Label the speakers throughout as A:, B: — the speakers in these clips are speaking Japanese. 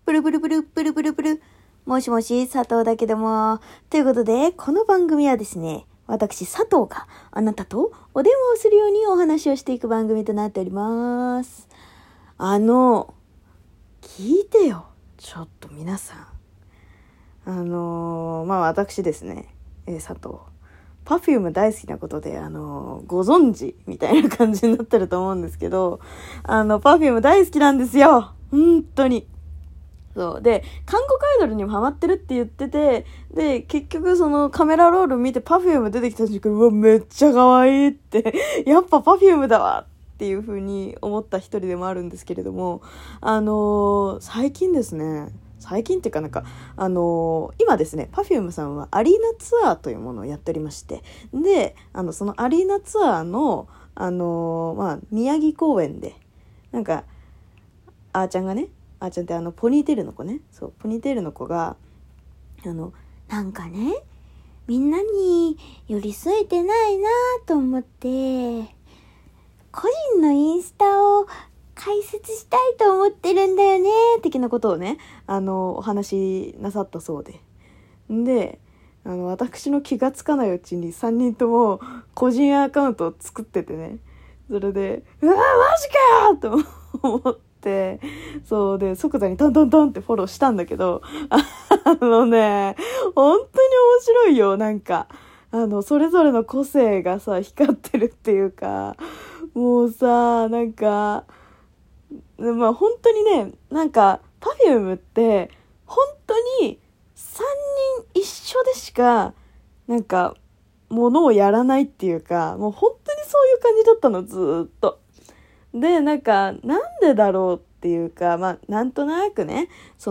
A: ブルブルブルブルブルブル。もしもし、佐藤だけども。ということで、この番組はですね、私佐藤があなたとお電話をするようにお話をしていく番組となっております。聞いてよ。ちょっと皆さん。私ですね、佐藤。Perfume 大好きなことで、ご存知みたいな感じになってると思うんですけど、Perfume 大好きなんですよ。本当に。そう。で、韓国アイドルにもハマってるって言ってて、で、結局そのカメラロール見てPerfume出てきた瞬間、うわ、めっちゃ可愛いって、やっぱPerfumeだわっていう風に思った一人でもあるんですけれども、最近ですね、最近っていうか今ですね、Perfume さんはアリーナツアーというものをやっておりまして、で、そのアリーナツアーの、宮城公園で、あーちゃんがね、あーちゃんってポニーテールの子ね、そう、ポニーテールの子が、みんなに寄り添えてないなと思って、個人のインスタを解説したいと思ってるんだよね的なことをねお話しなさったそうで私の気がつかないうちに3人とも個人アカウントを作っててね、それでうわマジかよと思ってそうで即座にトントントンってフォローしたんだけど本当に面白いよ。それぞれの個性がさ光ってるっていうか、もうさ本当にね、Perfume って本当に3人一緒でしかものをやらないっていうか、もう本当にそういう感じだったの、ずーっと。でなんでだろうっていうか、なんとなくね、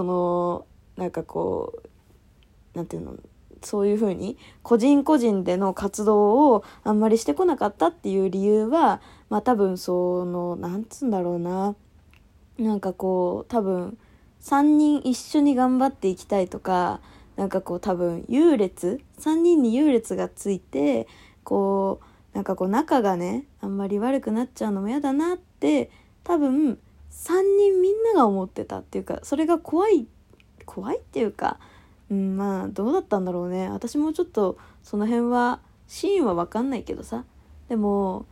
A: なんていうの、そういう風に個人個人での活動をあんまりしてこなかったっていう理由は、多分なんつうんだろうな、多分3人一緒に頑張っていきたいとか、多分3人に優劣がついて仲がねあんまり悪くなっちゃうのも嫌だなって多分3人みんなが思ってたっていうか、それが怖いっていうか、どうだったんだろうね。私もちょっとその辺はシーンは分かんないけどさ、でも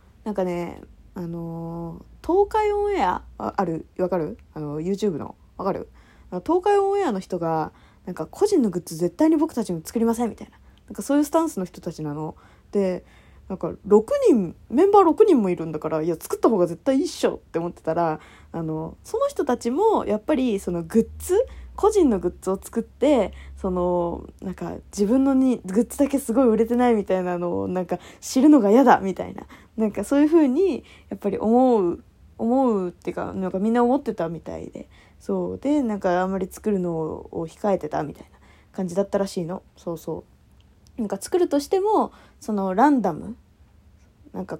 A: 東海オンエアある、わかる？YouTube のわかる？東海オンエアの人が個人のグッズ絶対に僕たちも作りませんみたいな、そういうスタンスの人たちなので、メンバー6人もいるんだから、いや作った方が絶対いいっしょって思ってたら、その人たちもやっぱりその個人のグッズを作って自分のグッズだけすごい売れてないみたいなのを知るのが嫌だみたいな、そういう風にやっぱり思うっていうか、みんな思ってたみたいで、そうであんまり作るのを控えてたみたいな感じだったらしいの。そう作るとしてもランダムその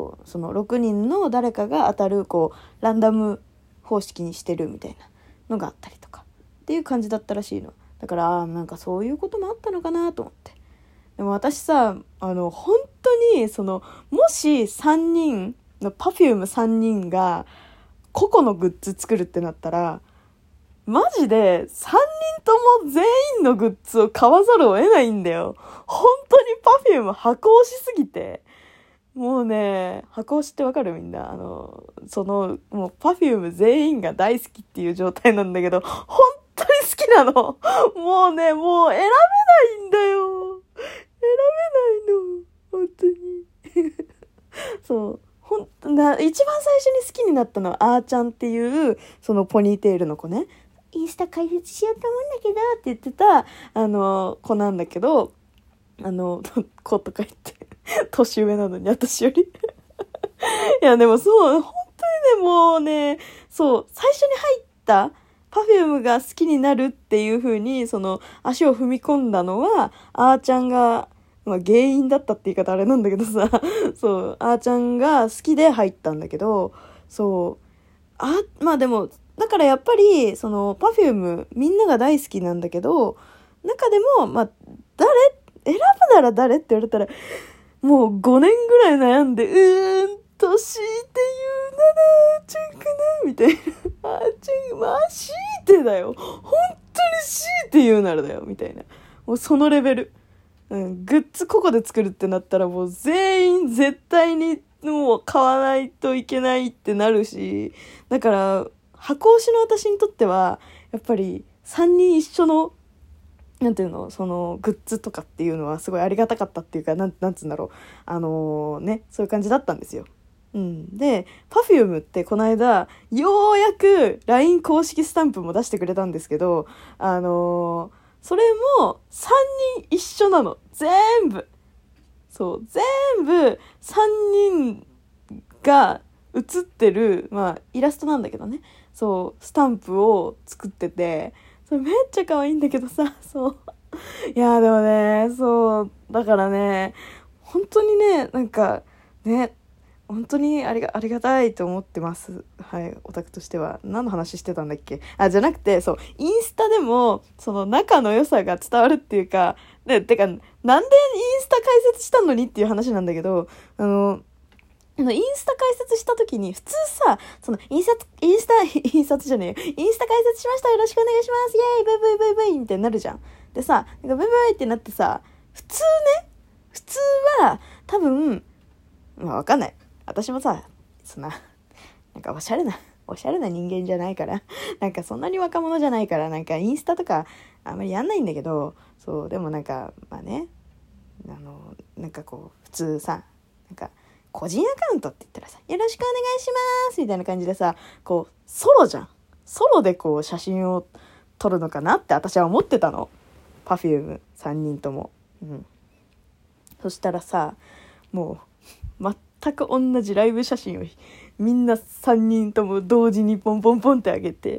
A: 6人の誰かが当たるランダム方式にしてるみたいなのがあったりとかっていう感じだったらしいの。だからそういうこともあったのかなと思って。でも私さ本当にもし3人のPerfume3人が個々のグッズ作るってなったら、マジで3人とも全員のグッズを買わざるを得ないんだよ。本当にPerfume箱推しすぎて、もうね、箱推しってわかる？みんなもうPerfume全員が大好きっていう状態なんだけど、本当に好きなの。もうね、もう選べないんだよ。選べないの、本当に。そう一番最初に好きになったのはあーちゃんっていうそのポニーテールの子ね。インスタ解説しようと思うんだけどって言ってた子なんだけど、子とか言って年上なのに私よりいやでもそう本当にね、もうね、そう最初に入ったPerfumeが好きになるっていう風に足を踏み込んだのはあーちゃんが原因だったって言い方あれなんだけどさそうあーちゃんが好きで入ったんだけど、でもだからやっぱりPerfumeみんなが大好きなんだけど、中でも選ぶなら誰って言われたらもう5年ぐらい悩んで強いて言うならちゃんかなみたいな。あーちゃん、まあ強いてだよ。本当に強いて言うならだよ。みたいな。もうそのレベル。グッズ個々で作るってなったらもう全員絶対にもう買わないといけないってなるし、だから箱推しの私にとってはやっぱり3人一緒のなんていうの、そのグッズとかっていうのはすごいありがたかったっていうか、なんつうんだろう、ね、そういう感じだったんですよ。で Perfume ってこの間ようやく LINE 公式スタンプも出してくれたんですけど、それも3人一緒なの。全部3人が写ってる、まあイラストなんだけどね、そうスタンプを作ってて、それめっちゃ可愛いんだけどさ、そういやでもね、そうだからね、本当にね、なんかね、本当にありがたいと思ってます。はい、オタクとしては。何の話してたんだっけ？じゃなくて、そう、インスタでも、その仲の良さが伝わるっていうか、てか、なんでインスタ解説したのにっていう話なんだけど、インスタ解説した時に、普通さ、その、インスタじゃねえよ。インスタ解説しました。よろしくお願いします。イェーイブイブイブイブイみたいになるじゃん。でさ、なんかブイブイってなってさ、普通は、多分、まあわかんない。私もさ、なんかおしゃれな人間じゃないから、なんかそんなに若者じゃないから、なんかインスタとかあんまりやんないんだけど、そう、でもなんか、まあね、なんかこう、普通さ、なんか、個人アカウントって言ったらさ、よろしくお願いしますみたいな感じでさ、こう、ソロじゃん。ソロでこう、写真を撮るのかなって私は思ってたの。Perfume 3人とも。そしたらさ、もう、全く同じライブ写真をみんな3人とも同時にポンポンポンってあげて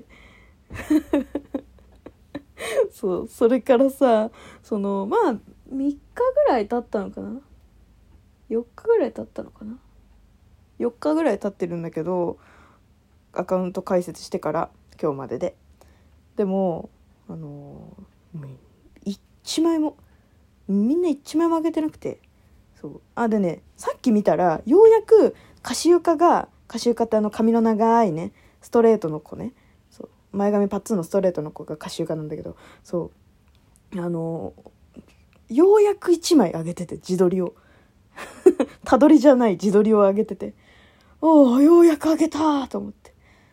A: そうそれからさ、そのまあ3日ぐらい経ったのかな、4日ぐらい経ったのかな、4日ぐらい経ってるんだけど、アカウント開設してから今日まででももう1枚もみんな1枚もあげてなくて、そうでね、さっき見たらようやくカシユカって髪の長いねストレートの子ね、そう前髪パッツンのストレートの子がカシユカなんだけど、そうようやく1枚あげてて、自撮りをたどりじゃない自撮りをあげてて、おおようやくあげたと思って、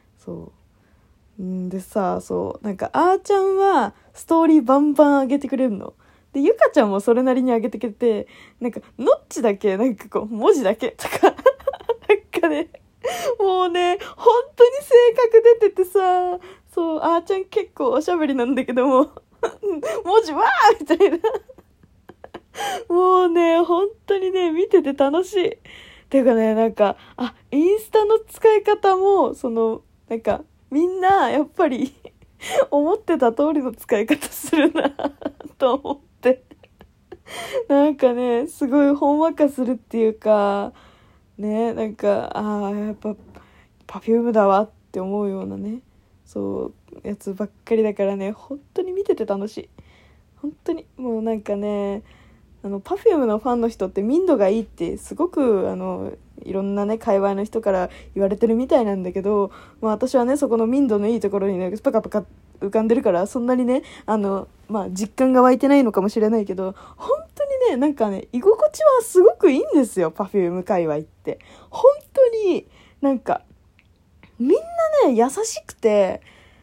A: そうでさ、そうなんかあーちゃんはストーリーバンバン上げてくれるので、ゆかちゃんもそれなりに上げてくれて、なんかノッチだけなんかこう文字だけとかなんかね、もうね本当に性格出ててさ、そうあーちゃん結構おしゃべりなんだけども文字わーみたいなもうね本当にね見てて楽しい。ていうかね、なんかインスタの使い方もなんかみんなやっぱり思ってた通りの使い方するなと思ってなんかねすごいほんわかするっていうかね、なんかやっぱPerfumeだわって思うようなね、そうやつばっかりだからね、本当に見てて楽しい。本当にもうなんかね、Perfumeのファンの人って民度がいいってすごくいろんなね界隈の人から言われてるみたいなんだけど、まあ、私はねそこの民度のいいところにねパカパカ浮かんでるからそんなにねまあ実感が湧いてないのかもしれないけど、本当にねなんかね居心地はすごくいいんですよ、Perfume界隈って。本当になんかみんなね優しくて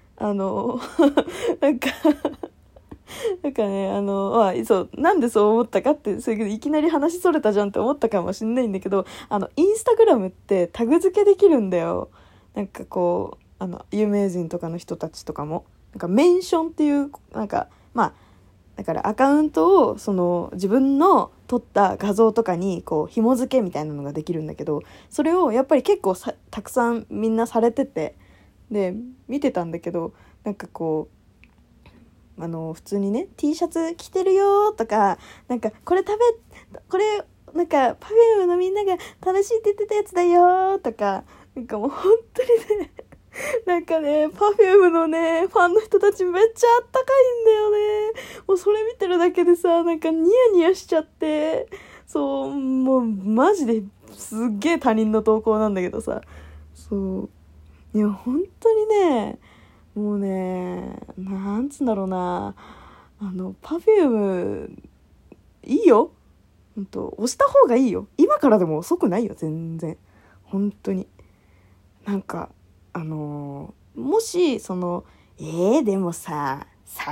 A: なんかなんかねそうなんでそう思ったかって、それいきなり話それたじゃんって思ったかもしんないんだけど、インスタグラムってタグ付けできるんだよ。なんかこう有名人とかの人たちとかもなんかメンションっていうなんかまあだからアカウントを自分の撮った画像とかにこう紐付けみたいなのができるんだけど、それをやっぱり結構たくさんみんなされてて、で見てたんだけど、なんかこう普通にね T シャツ着てるよとか、なんかこれなんかPerfumeのみんなが楽しいって言ってたやつだよとか、なんかもう本当にねなんかねPerfumeのねファンの人たちめっちゃあったかいんだよね。もうそれ見てるだけでさ、なんかニヤニヤしちゃって、そうもうマジですっげえ他人の投稿なんだけどさ、そういや本当にね、もうね、なんつうんだろうな、Perfume いいよ、本当押した方がいいよ、今からでも遅くないよ全然、本当に。なんかもしでもさ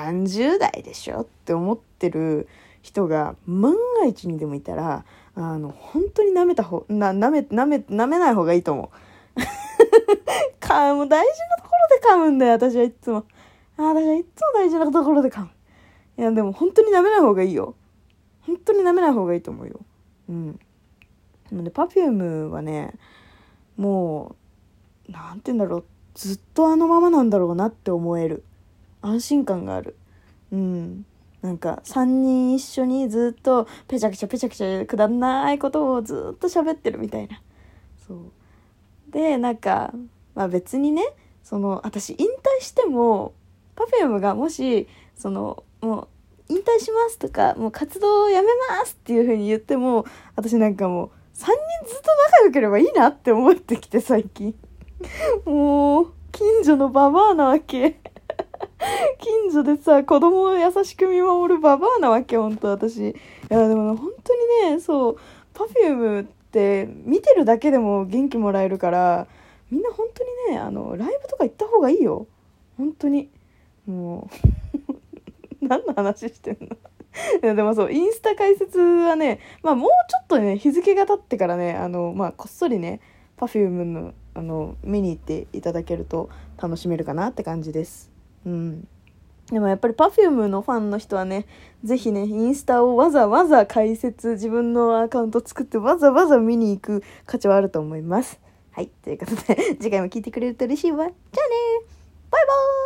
A: 30代でしょって思ってる人が万が一にでもいたら、本当に舐めない方がいいと思う。噛む、大事なところで噛むんだよ、私はいつも。私はいつも大事なところで噛む。いや、でも本当に舐めない方がいいよ。本当に舐めない方がいいと思うよ。うん。でもね、Perfume はね、もう、なんて言うんだろう、ずっとあのままなんだろうなって思える。安心感がある。うん。なんか3人一緒にずっとペチャクチャくだんないことをずっと喋ってるみたいな。そうで、なんかまあ別にね、私引退してもPerfumeがもしもう引退しますとか、もう活動をやめますっていう風に言っても、私なんかもう3人ずっと仲良ければいいなって思ってきて最近。もう近所のババアなわけ。近所でさ、子供を優しく見守るババアなわけ、ほんと私。いや、でも本当にね、そう、Perfumeって見てるだけでも元気もらえるから、みんな本当にね、ライブとか行った方がいいよ。本当に。もう、何の話してんの。いやでもそう、インスタ解説はね、まあもうちょっとね、日付が経ってからね、まあこっそりね、Perfume の、見に行っていただけると楽しめるかなって感じです。うん。でもやっぱり Perfume のファンの人はね、ぜひね、インスタをわざわざ解説、自分のアカウント作ってわざわざ見に行く価値はあると思います。はい、ということで、次回も聞いてくれると嬉しいわ。じゃあね、バイバーイ。